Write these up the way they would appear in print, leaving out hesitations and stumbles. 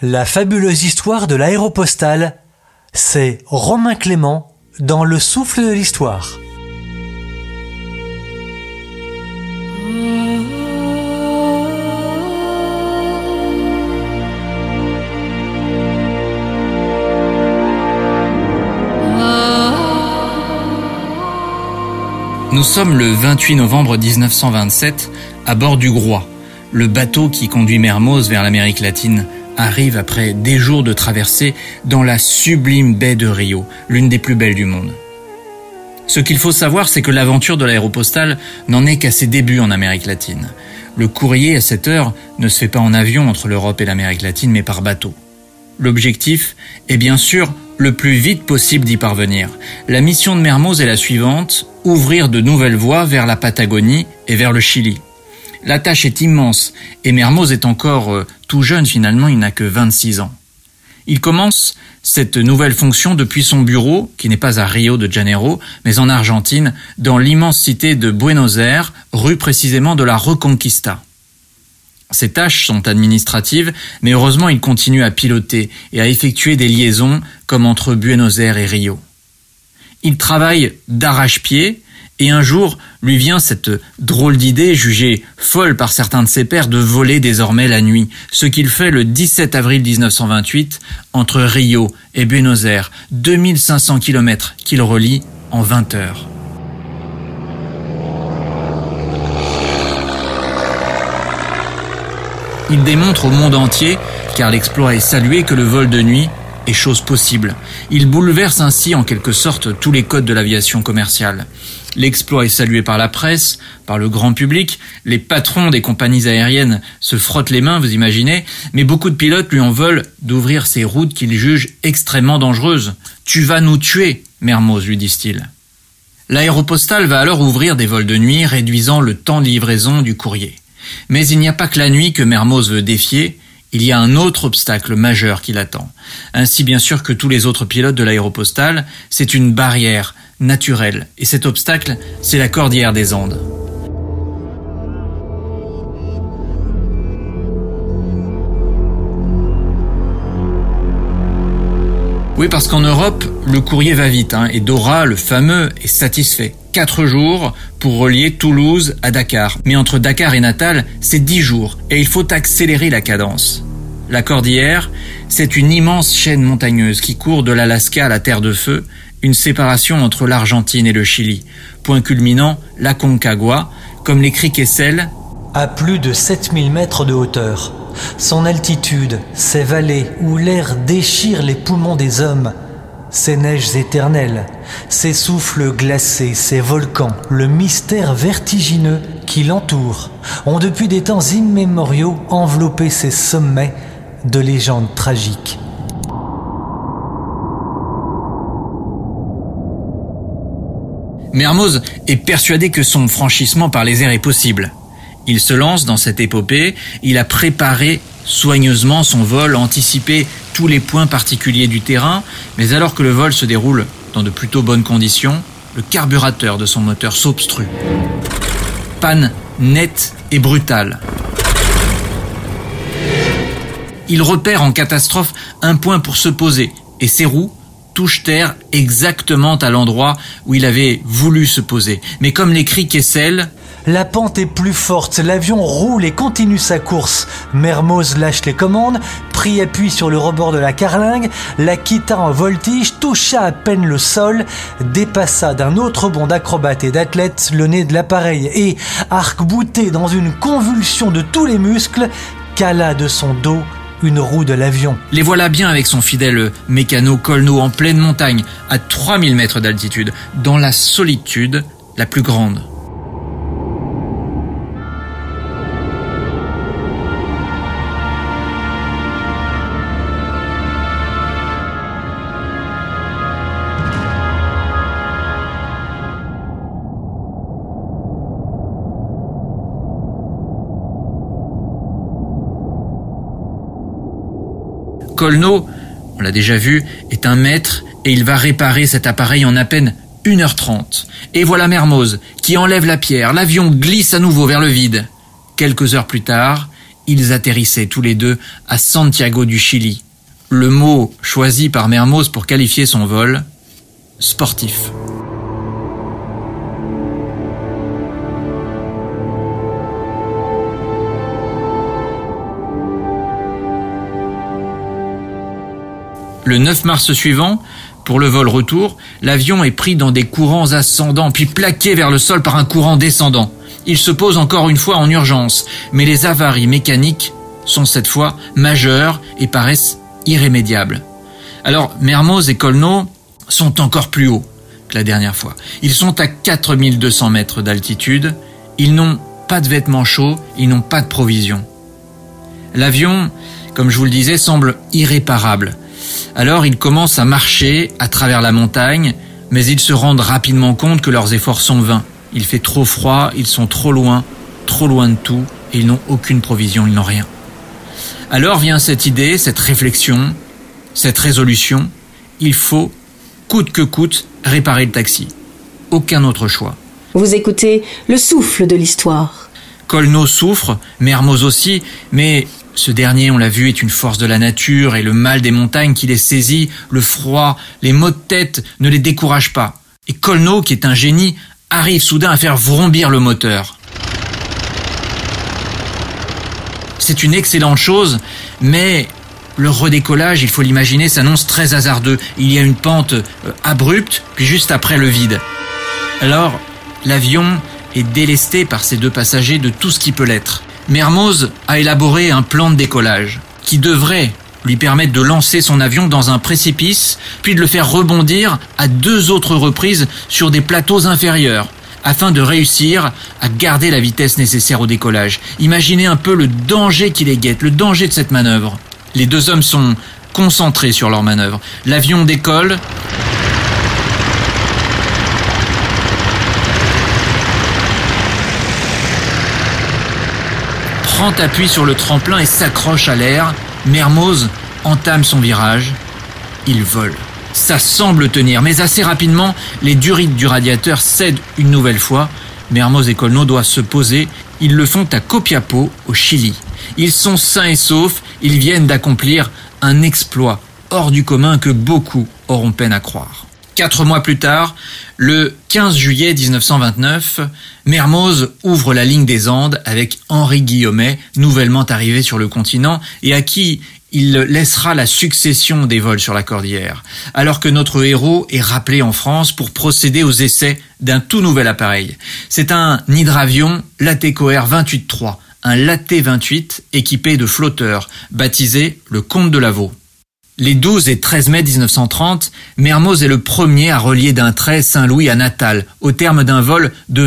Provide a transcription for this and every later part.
La fabuleuse histoire de l'aéropostale, c'est Romain Clément dans Le Souffle de l'Histoire. Nous sommes le 28 novembre 1927 à bord du Groix. Le bateau qui conduit Mermoz vers l'Amérique latine arrive après des jours de traversée dans la sublime baie de Rio, l'une des plus belles du monde. Ce qu'il faut savoir, c'est que l'aventure de l'aéropostale n'en est qu'à ses débuts en Amérique latine. Le courrier à cette heure ne se fait pas en avion entre l'Europe et l'Amérique latine, mais par bateau. L'objectif est bien sûr le plus vite possible d'y parvenir. La mission de Mermoz est la suivante, ouvrir de nouvelles voies vers la Patagonie et vers le Chili. La tâche est immense et Mermoz est encore tout jeune finalement, il n'a que 26 ans. Il commence cette nouvelle fonction depuis son bureau, qui n'est pas à Rio de Janeiro, mais en Argentine, dans l'immense cité de Buenos Aires, rue précisément de la Reconquista. Ses tâches sont administratives, mais heureusement il continue à piloter et à effectuer des liaisons comme entre Buenos Aires et Rio. Il travaille d'arrache-pied et un jour lui vient cette drôle d'idée, jugée folle par certains de ses pairs, de voler désormais la nuit, ce qu'il fait le 17 avril 1928 entre Rio et Buenos Aires, 2500 km qu'il relie en 20 heures. Il démontre au monde entier, car l'exploit est salué, que le vol de nuit est chose possible. Il bouleverse ainsi en quelque sorte tous les codes de l'aviation commerciale. L'exploit est salué par la presse, par le grand public, les patrons des compagnies aériennes se frottent les mains, vous imaginez, mais beaucoup de pilotes lui en veulent d'ouvrir ces routes qu'ils jugent extrêmement dangereuses. « Tu vas nous tuer, Mermoz », lui disent-ils. L'aéropostale va alors ouvrir des vols de nuit, réduisant le temps de livraison du courrier. Mais il n'y a pas que la nuit que Mermoz veut défier, il y a un autre obstacle majeur qui l'attend. Ainsi bien sûr que tous les autres pilotes de l'aéropostale, c'est une barrière naturelle. Et cet obstacle, c'est la cordillère des Andes. Oui, parce qu'en Europe, le courrier va vite, et Dora, le fameux, est satisfait. 4 jours pour relier Toulouse à Dakar. Mais entre Dakar et Natal, c'est 10 jours et il faut accélérer la cadence. La cordillère, c'est une immense chaîne montagneuse qui court de l'Alaska à la Terre de Feu, une séparation entre l'Argentine et le Chili. Point culminant, la Concagua, comme l'écrit Kessel, à plus de 7000 mètres de hauteur. Son altitude, ses vallées où l'air déchire les poumons des hommes, ces neiges éternelles, ces souffles glacés, ces volcans, le mystère vertigineux qui l'entoure, ont depuis des temps immémoriaux enveloppé ces sommets de légendes tragiques. Mermoz est persuadé que son franchissement par les airs est possible. Il se lance dans cette épopée, il a préparé soigneusement son vol, anticipé tous les points particuliers du terrain, mais alors que le vol se déroule dans de plutôt bonnes conditions, le carburateur de son moteur s'obstrue. Panne nette et brutale. Il repère en catastrophe un point pour se poser, et ses roues touchent terre exactement à l'endroit où il avait voulu se poser. Mais comme l'écrit Kessel, la pente est plus forte, l'avion roule et continue sa course. Mermoz lâche les commandes, prit appui sur le rebord de la carlingue, la quitta en voltige, toucha à peine le sol, dépassa d'un autre bond d'acrobate et d'athlète le nez de l'appareil et, arc-bouté dans une convulsion de tous les muscles, cala de son dos une roue de l'avion. Les voilà bien avec son fidèle mécano Colno en pleine montagne, à 3000 mètres d'altitude, dans la solitude la plus grande. Colno, on l'a déjà vu, est un maître et il va réparer cet appareil en à peine 1h30. Et voilà Mermoz qui enlève la pierre. L'avion glisse à nouveau vers le vide. Quelques heures plus tard, Ils atterrissaient tous les deux à Santiago du Chili. Le mot choisi par Mermoz pour qualifier son vol, sportif. Le 9 mars suivant, pour le vol retour, l'avion est pris dans des courants ascendants, puis plaqué vers le sol par un courant descendant. Il se pose encore une fois en urgence, mais les avaries mécaniques sont cette fois majeures et paraissent irrémédiables. Alors Mermoz et Colno sont encore plus hauts que la dernière fois. Ils sont à 4200 mètres d'altitude, ils n'ont pas de vêtements chauds, ils n'ont pas de provisions. L'avion, comme je vous le disais, semble irréparable. Alors ils commencent à marcher à travers la montagne, mais ils se rendent rapidement compte que leurs efforts sont vains. Il fait trop froid, ils sont trop loin de tout, et ils n'ont aucune provision, ils n'ont rien. Alors vient cette idée, cette réflexion, cette résolution. Il faut, coûte que coûte, réparer le taxi. Aucun autre choix. Vous écoutez le souffle de l'histoire. Colno souffre, Mermoz aussi, mais ce dernier, on l'a vu, est une force de la nature et le mal des montagnes qui les saisit, le froid, les maux de tête ne les découragent pas. Et Colno, qui est un génie, arrive soudain à faire vrombir le moteur. C'est une excellente chose, mais le redécollage, il faut l'imaginer, s'annonce très hasardeux. Il y a une pente abrupte, puis juste après le vide. Alors, l'avion est délesté par ces deux passagers de tout ce qui peut l'être. Mermoz a élaboré un plan de décollage qui devrait lui permettre de lancer son avion dans un précipice, puis de le faire rebondir à 2 autres reprises sur des plateaux inférieurs, afin de réussir à garder la vitesse nécessaire au décollage. Imaginez un peu le danger qui les guette, le danger de cette manœuvre. Les 2 hommes sont concentrés sur leur manœuvre. L'avion décolle. Prend appui sur le tremplin et s'accroche à l'air. Mermoz entame son virage. Il vole. Ça semble tenir, mais assez rapidement, les durites du radiateur cèdent une nouvelle fois. Mermoz et Colno doivent se poser. Ils le font à Copiapó, au Chili. Ils sont sains et saufs. Ils viennent d'accomplir un exploit hors du commun que beaucoup auront peine à croire. 4 mois plus tard, le 15 juillet 1929, Mermoz ouvre la ligne des Andes avec Henri Guillaumet, nouvellement arrivé sur le continent et à qui il laissera la succession des vols sur la cordillère, alors que notre héros est rappelé en France pour procéder aux essais d'un tout nouvel appareil. C'est un hydravion Latécoère 28-3, un Laté 28 équipé de flotteurs, baptisé le Comte de Lavaux. Les 12 et 13 mai 1930, Mermoz est le premier à relier d'un trait Saint-Louis à Natal, au terme d'un vol de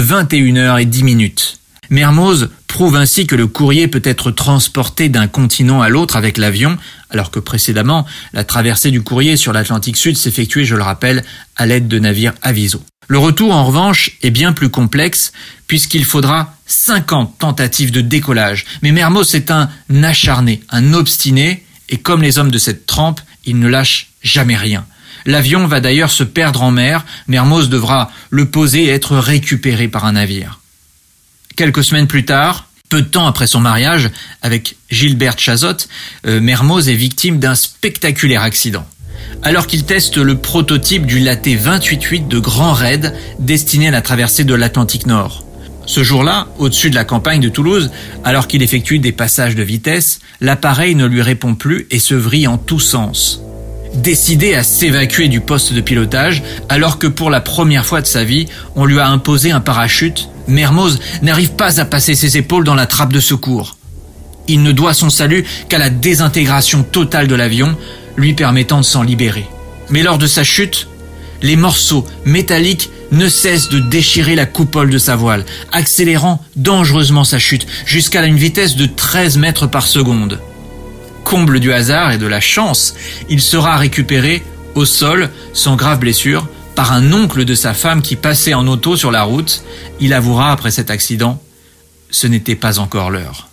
21h10. Mermoz prouve ainsi que le courrier peut être transporté d'un continent à l'autre avec l'avion, alors que précédemment, la traversée du courrier sur l'Atlantique Sud s'effectuait, je le rappelle, à l'aide de navires aviso. Le retour, en revanche, est bien plus complexe, puisqu'il faudra 50 tentatives de décollage. Mais Mermoz est un acharné, un obstiné, et comme les hommes de cette trempe, il ne lâche jamais rien. L'avion va d'ailleurs se perdre en mer, Mermoz devra le poser et être récupéré par un navire. Quelques semaines plus tard, peu de temps après son mariage avec Gilberte Chazotte, Mermoz est victime d'un spectaculaire accident. Alors qu'il teste le prototype du Laté 28-8 de Grand Raid destiné à la traversée de l'Atlantique Nord. Ce jour-là, au-dessus de la campagne de Toulouse, alors qu'il effectue des passages de vitesse, l'appareil ne lui répond plus et se vrille en tous sens. Décidé à s'évacuer du poste de pilotage, alors que pour la première fois de sa vie, on lui a imposé un parachute, Mermoz n'arrive pas à passer ses épaules dans la trappe de secours. Il ne doit son salut qu'à la désintégration totale de l'avion, lui permettant de s'en libérer. Mais lors de sa chute, les morceaux métalliques ne cessent de déchirer la coupole de sa voile, accélérant dangereusement sa chute jusqu'à une vitesse de 13 mètres par seconde. Comble du hasard et de la chance, il sera récupéré au sol, sans grave blessure, par un oncle de sa femme qui passait en auto sur la route. Il avouera après cet accident, ce n'était pas encore l'heure.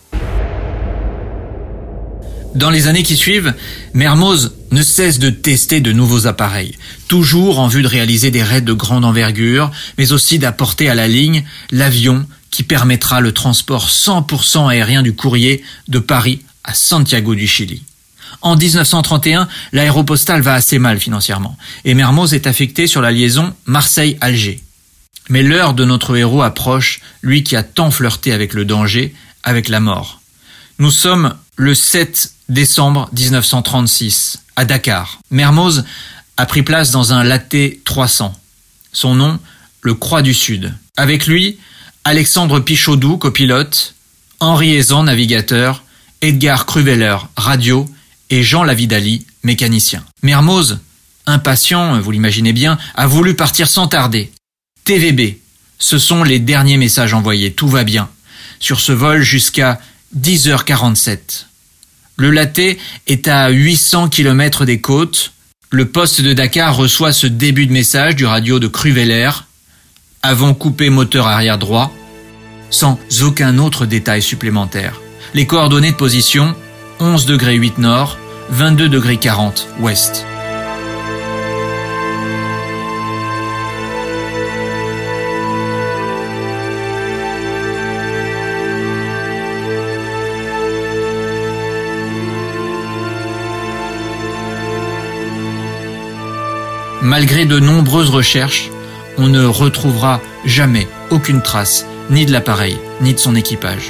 Dans les années qui suivent, Mermoz ne cesse de tester de nouveaux appareils, toujours en vue de réaliser des raids de grande envergure, mais aussi d'apporter à la ligne l'avion qui permettra le transport 100% aérien du courrier de Paris à Santiago du Chili. En 1931, l'Aéropostale va assez mal financièrement et Mermoz est affecté sur la liaison Marseille-Alger. Mais l'heure de notre héros approche, lui qui a tant flirté avec le danger, avec la mort. Nous sommes le 7 décembre 1936, à Dakar. Mermoz a pris place dans un Laté 300. Son nom, le Croix du Sud. Avec lui, Alexandre Pichaudou, copilote, Henri Ezan, navigateur, Edgar Cruveller, radio, et Jean Lavidali, mécanicien. Mermoz, impatient, vous l'imaginez bien, a voulu partir sans tarder. TVB, ce sont les derniers messages envoyés, tout va bien. Sur ce vol jusqu'à 10h47. Le Laté est à 800 km des côtes. Le poste de Dakar reçoit ce début de message du radio de Cruveller. Avons coupé moteur arrière droit, sans aucun autre détail supplémentaire. Les coordonnées de position, 11 degrés 8 nord, 22 degrés 40 ouest. Malgré de nombreuses recherches, on ne retrouvera jamais aucune trace, ni de l'appareil, ni de son équipage.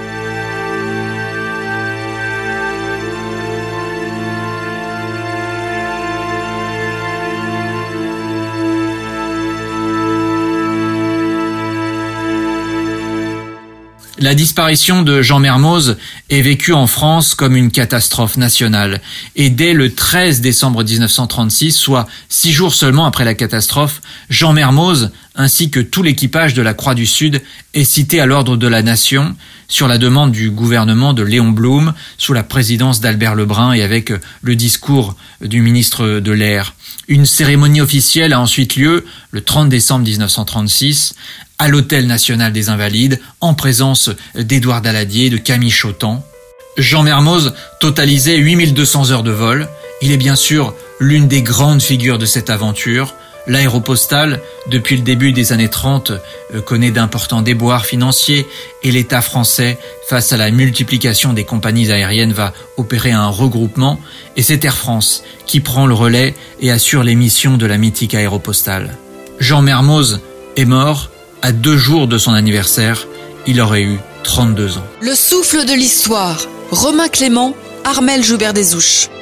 La disparition de Jean Mermoz est vécue en France comme une catastrophe nationale. Et dès le 13 décembre 1936, soit 6 jours seulement après la catastrophe, Jean Mermoz, ainsi que tout l'équipage de la Croix du Sud, est cité à l'ordre de la Nation sur la demande du gouvernement de Léon Blum, sous la présidence d'Albert Lebrun et avec le discours du ministre de l'Air. Une cérémonie officielle a ensuite lieu le 30 décembre 1936 à l'Hôtel National des Invalides, en présence d'Édouard Daladier, de Camille Chotan. Jean Mermoz totalisait 8200 heures de vol. Il est bien sûr l'une des grandes figures de cette aventure. L'Aéropostale, depuis le début des années 30, connaît d'importants déboires financiers et l'État français, face à la multiplication des compagnies aériennes, va opérer un regroupement et c'est Air France qui prend le relais et assure les missions de la mythique Aéropostale. Jean Mermoz est mort à 2 jours de son anniversaire. Il aurait eu 32 ans. Le souffle de l'histoire. Romain Clément, Armel Joubert-Desouches.